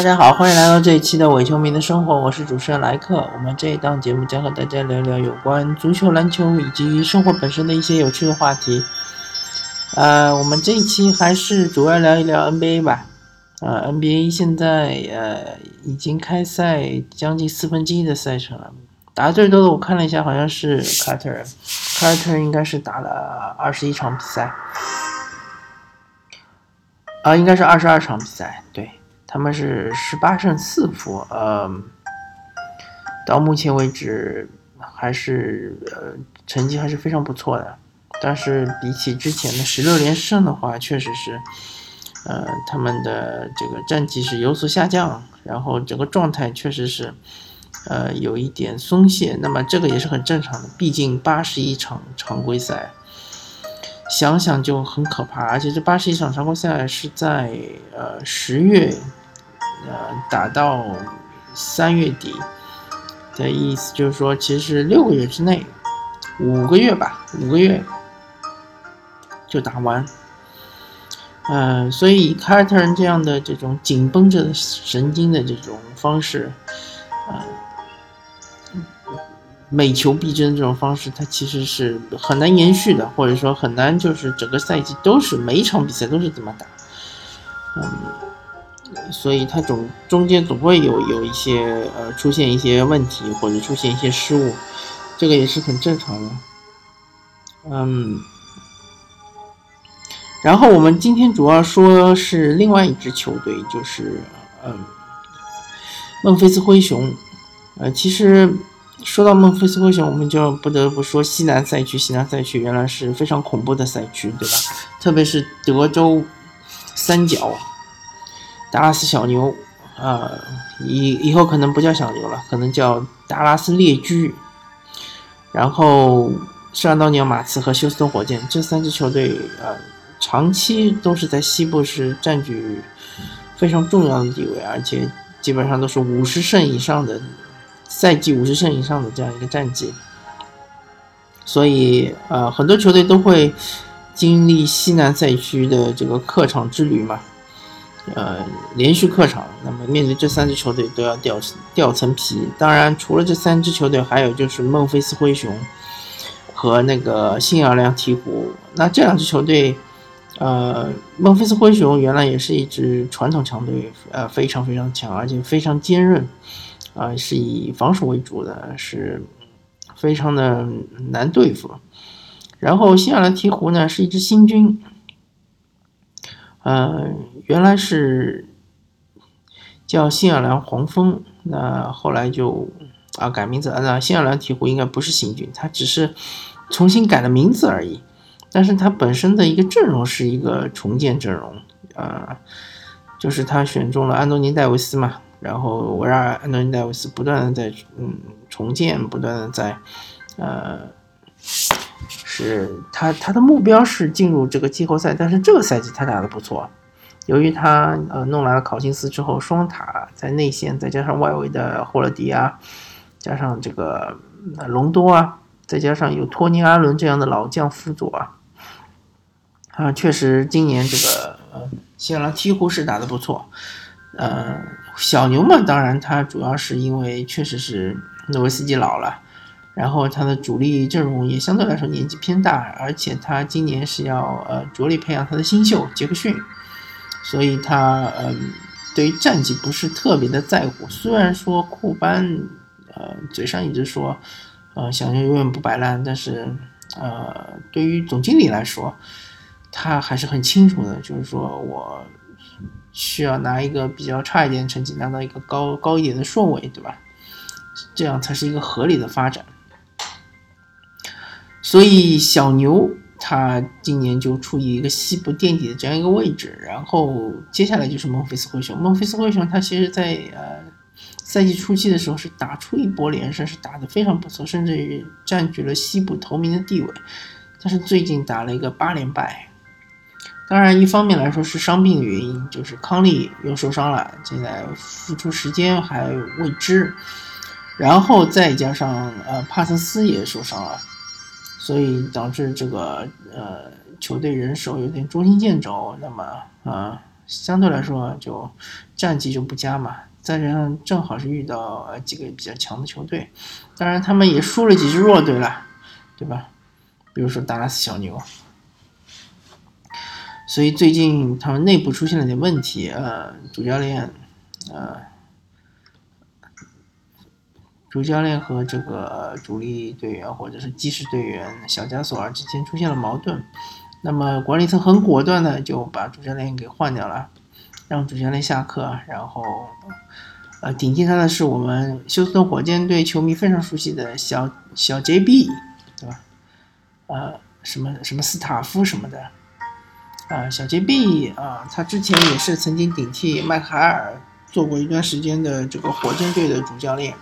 家好，欢迎来到这一期的伪球迷的生活，我是主持人莱克。我们这一档节目将和大家聊聊有关足球、篮球以及生活本身的一些有趣的话题。我们这一期还是主要聊一聊 NBA 吧。NBA 现在已经开赛将近1/4的赛程了，打得最多的我看了一下，好像是凯特应该是打了21场比赛，应该是22场比赛，对。他们是18胜4负，到目前为止还是成绩还是非常不错的。但是比起之前的16连胜的话，确实是他们的这个战绩是有所下降，然后整个状态确实是有一点松懈。那么这个也是很正常的，毕竟81场常规赛。想想就很可怕，而且这81场常规赛是在10月打到3月底的意思，就是说其实是6个月之内，5个月就打完。所以凯尔特人这样的这种紧绷着神经的这种方式，每球必争这种方式，它其实是很难延续的，或者说很难就是整个赛季都是每一场比赛都是这么打。所以它中间总会有一些出现一些问题，或者出现一些失误，这个也是很正常的。然后我们今天主要说是另外一支球队，就是孟菲斯灰熊。其实说到孟菲斯灰熊，我们就不得不说西南赛区原来是非常恐怖的赛区，对吧？特别是德州三角，达拉斯小牛，以后可能不叫小牛了，可能叫达拉斯猎驹，然后圣安东尼奥马刺和休斯顿火箭，这3支球队长期都是在西部是占据非常重要的地位，而且基本上都是50胜以上的赛季，50胜以上的这样一个战绩。所以很多球队都会经历西南赛区的这个客场之旅嘛，连续客场，那么面对这3支球队都要掉层皮。当然除了这3支球队，还有就是孟菲斯灰熊和那个新奥尔良鹈鹕。那这2支球队孟菲斯灰熊原来也是一支传统强队，非常非常强，而且非常坚韧，是以防守为主的，是非常的难对付。然后新奥尔良鹈鹕呢是一支新军，原来是叫新奥尔良黄蜂，那后来就改名字了。那新奥尔良鹈鹕应该不是新军，它只是重新改了名字而已。但是它本身的一个阵容是一个重建阵容，就是他选中了安东尼戴维斯嘛，然后围绕安东尼戴维斯不断的在重建，不断的在是他的目标是进入这个季后赛，但是这个赛季他打得不错。由于他弄来了考辛斯之后，双塔在内线，再加上外围的霍勒迪啊，加上这个隆多啊，再加上有托尼阿伦这样的老将辅佐确实今年这个新奥尔良鹈鹕是打得不错。小牛嘛，当然他主要是因为确实是诺维斯基老了，然后他的主力阵容也相对来说年纪偏大，而且他今年是要着力培养他的新秀杰克逊，所以他对于战绩不是特别的在乎。虽然说库班嘴上一直说小牛永远不摆烂，但是对于总经理来说，他还是很清楚的，就是说我需要拿一个比较差一点的成绩，拿到一个高一点的顺位，对吧？这样才是一个合理的发展。所以小牛他今年就处于一个西部垫底的这样一个位置，然后接下来就是孟菲斯灰熊。孟菲斯灰熊他其实在赛季初期的时候是打出一波连胜，是打得非常不错，甚至于占据了西部头名的地位。但是最近打了一个8连败，当然一方面来说是伤病的原因，就是康利又受伤了，现在复出时间还未知，然后再加上帕森斯也受伤了，所以导致这个球队人手有点捉襟见肘。那么相对来说就战绩就不佳嘛。再加上正好是遇到几个比较强的球队，当然他们也输了几支弱队了，对吧？比如说达拉斯小牛。所以最近他们内部出现了点问题，主教练和这个主力队员或者是基石队员小加索尔之间出现了矛盾，那么管理层很果断的就把主教练给换掉了，让主教练下课，然后顶替他的是我们休斯顿火箭队球迷非常熟悉的小 JB， 对吧？什么斯塔夫什么的，小 JB 他之前也是曾经顶替麦克海尔做过一段时间的这个火箭队的主教练。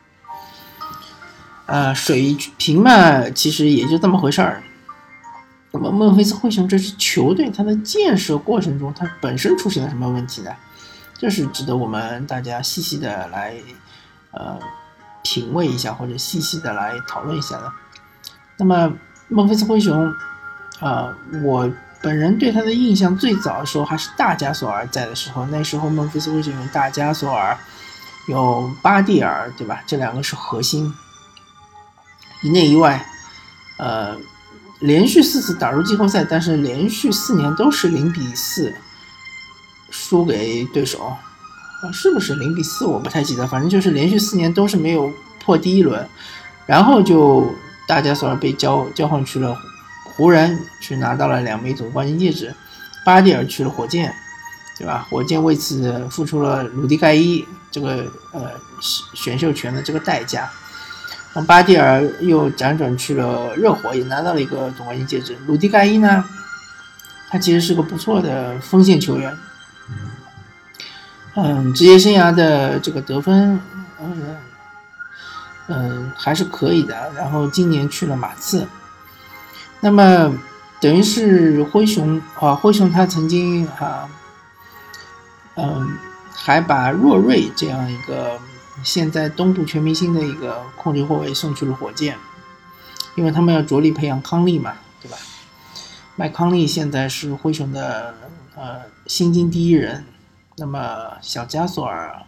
水平嘛，其实也就这么回事儿。那么孟菲斯灰熊这支球队，它的建设过程中，它本身出现了什么问题呢？这是值得我们大家细细的来品味一下，或者细细的来讨论一下的。那么孟菲斯灰熊，我本人对他的印象最早的时候还是大加索尔在的时候，那时候孟菲斯灰熊有大加索尔，有巴蒂尔，对吧？这两个是核心，一内一外，连续4次打入季后赛，但是连续4年都是0-4输给对手，是不是0-4我不太记得，反正就是连续4年都是没有破第一轮，然后就大加索尔被交换去了湖人，去拿到了2枚总冠军戒指，巴蒂尔去了火箭，对吧？火箭为此付出了鲁迪盖伊这个选秀权的这个代价。巴蒂尔又辗转去了热火，也拿到了一个总冠军戒指。鲁迪盖伊呢，他其实是个不错的锋线球员，职业生涯的这个得分，还是可以的。然后今年去了马刺，那么等于是灰熊他曾经还把若瑞这样一个现在东部全明星的一个控制后卫送去了火箭，因为他们要着力培养康利嘛，对吧？麦康利现在是灰熊的薪金第一人，那么小加索尔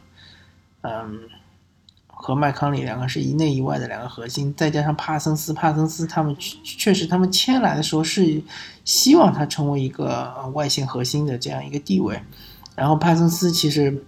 和麦康利两个是一内一外的2个核心，再加上帕森斯他们确实他们签来的时候是希望他成为一个外线核心的这样一个地位，然后帕森斯其实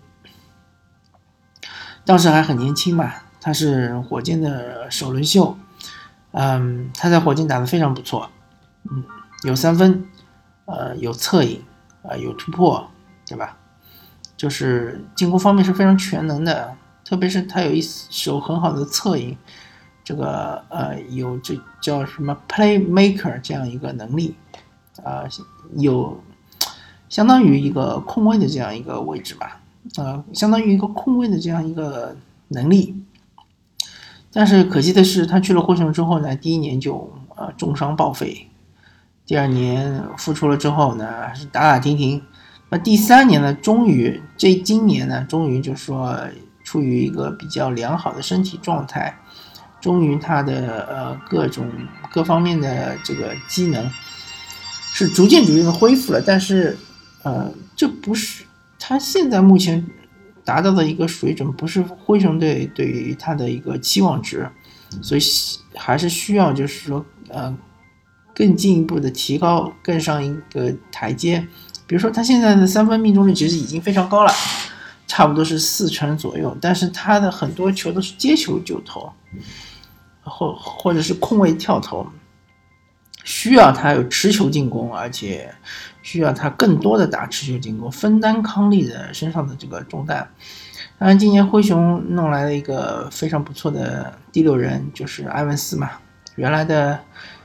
当时还很年轻嘛，他是火箭的首轮秀，他在火箭打得非常不错，有3分，有策应，有突破，对吧？就是进攻方面是非常全能的，特别是他有一手很好的策应，这个有这叫什么 playmaker 这样一个能力，有相当于一个控卫的这样一个位置吧。相当于一个控卫的这样一个能力，但是可惜的是，他去了灰熊之后呢，第1年就重伤报废，第2年复出了之后呢，是打打停停，那第3年呢，今年呢，终于就是说处于一个比较良好的身体状态，终于他的各方面的这个机能是逐渐的恢复了，但是这不是他现在目前达到的一个水准，不是灰熊队对于他的一个期望值，所以还是需要就是说更进一步的提高，更上一个台阶。比如说他现在的3分命中率其实已经非常高了，差不多是40%左右，但是他的很多球都是接球就投，或者是空位跳投，需要他有持球进攻，而且需要他更多的打持球进攻，分担康利的身上的这个重担。当然今年灰熊弄来了一个非常不错的第6人，就是埃文斯嘛，原来的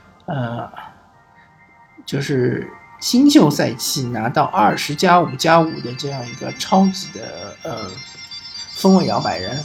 就是新秀赛季拿到20+5+5的这样一个超级的锋卫摇摆人，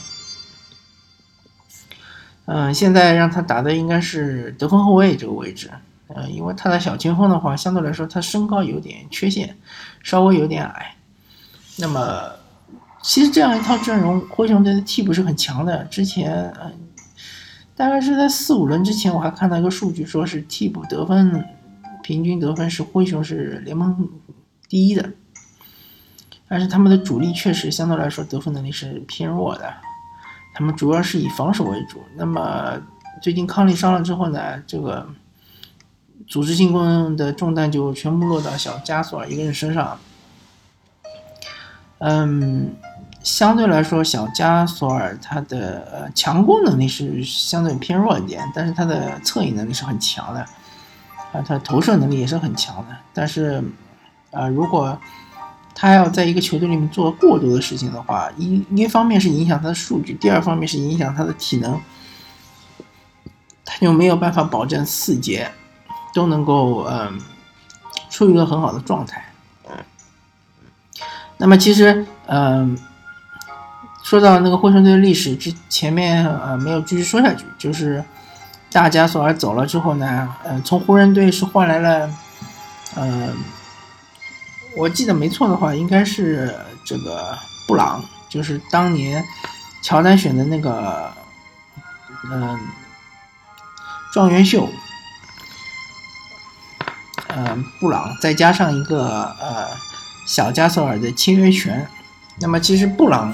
现在让他打的应该是得分后卫这个位置，因为他的小前锋的话，相对来说他身高有点缺陷，稍微有点矮。那么，其实这样一套阵容，灰熊队的替补是很强的。之前，大概是在4-5轮之前，我还看到一个数据，说是替补得分平均得分是灰熊是联盟第1的。 但是他们的主力确实相对来说得分能力是偏弱的，他们主要是以防守为主。那么最近康利伤了之后呢，这个组织进攻的重担就全部落到小加索尔一个人身上。相对来说，小加索尔他的强攻能力是相对偏弱一点，但是他的策应能力是很强的，他的投射能力也是很强的。但是，如果他要在一个球队里面做过多的事情的话，一方面是影响他的数据，第二方面是影响他的体能，他就没有办法保证4节都能够处于一个很好的状态。那么其实说到那个灰熊队的历史前面没有继续说下去，就是大加索尔走了之后呢，从湖人队是换来了我记得没错的话应该是这个布朗，就是当年乔丹选的那个状元秀，布朗再加上一个小加索尔的签约权。那么其实布朗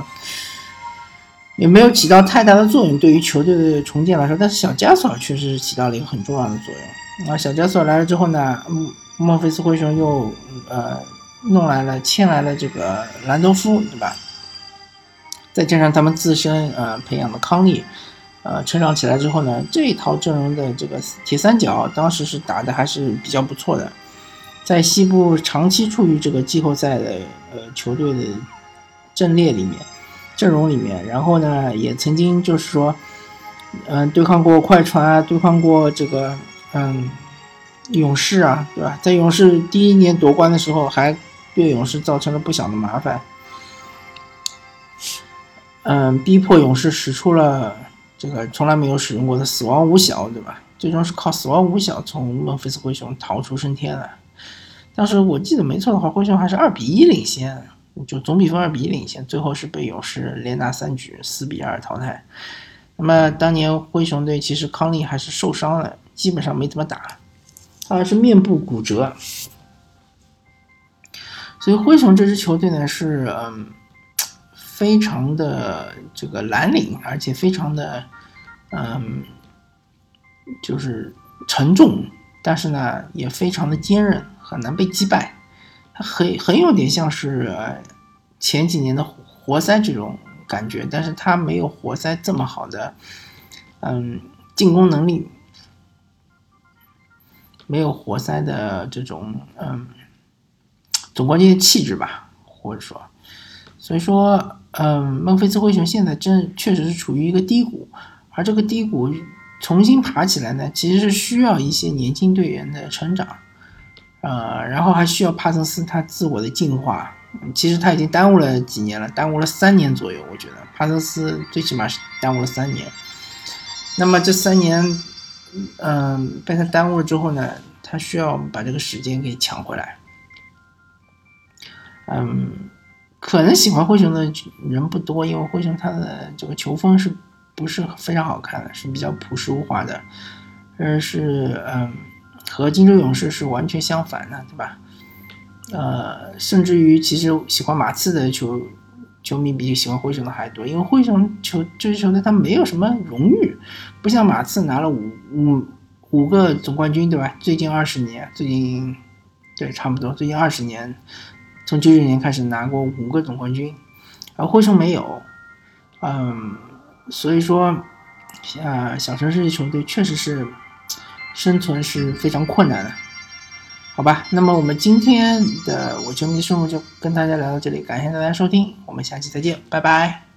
也没有起到太大的作用对于球队的重建来说，但是小加索尔确实是起到了一个很重要的作用。小加索尔来了之后呢，孟菲斯灰熊又签来了这个兰多夫，对吧？再加上他们自身培养的康利成长起来之后呢，这一套阵容的这个铁三角当时是打的还是比较不错的，在西部长期处于这个季后赛的球队的阵容里面，然后呢也曾经就是说对抗过快船啊，对抗过这个勇士啊，对吧？在勇士第1年夺冠的时候还对勇士造成了不小的麻烦，逼迫勇士使出了这个从来没有使用过的死亡五小，对吧？最终是靠死亡五小从孟菲斯灰熊逃出升天了。当时我记得没错的话，灰熊还是2-1领先，就总比分2-1领先，最后是被勇士连拿3局4-2淘汰。那么当年灰熊队其实康利还是受伤了，基本上没怎么打，他还是面部骨折。所以灰熊这支球队呢是非常的这个蓝领，而且非常的就是沉重，但是呢也非常的坚韧，很难被击败。它很有点像是前几年的活塞这种感觉，但是它没有活塞这么好的进攻能力，没有活塞的这种总冠军的气质吧，或者说，所以说孟菲斯灰熊现在确实是处于一个低谷，而这个低谷重新爬起来呢，其实是需要一些年轻队员的成长，然后还需要帕森斯他自我的进化。其实他已经耽误了几年了，耽误了3年左右，我觉得帕森斯最起码是耽误了3年。那么这3年被他耽误了之后呢，他需要把这个时间给抢回来。可能喜欢灰熊的人不多，因为灰熊他的这个球风是不是非常好看的，是比较朴实无华的，和金州勇士是完全相反的，对吧？甚至于其实喜欢马刺的球迷比喜欢灰熊的还多，因为灰熊这支球队他没有什么荣誉，不像马刺拿了五个总冠军，对吧？最近20年，差不多最近20年，从99年开始拿过5个总冠军，而灰熊没有，所以说小城市球队确实是生存是非常困难的。好吧，那么我们今天的我球迷的生活就跟大家聊到这里，感谢大家收听，我们下期再见，拜拜。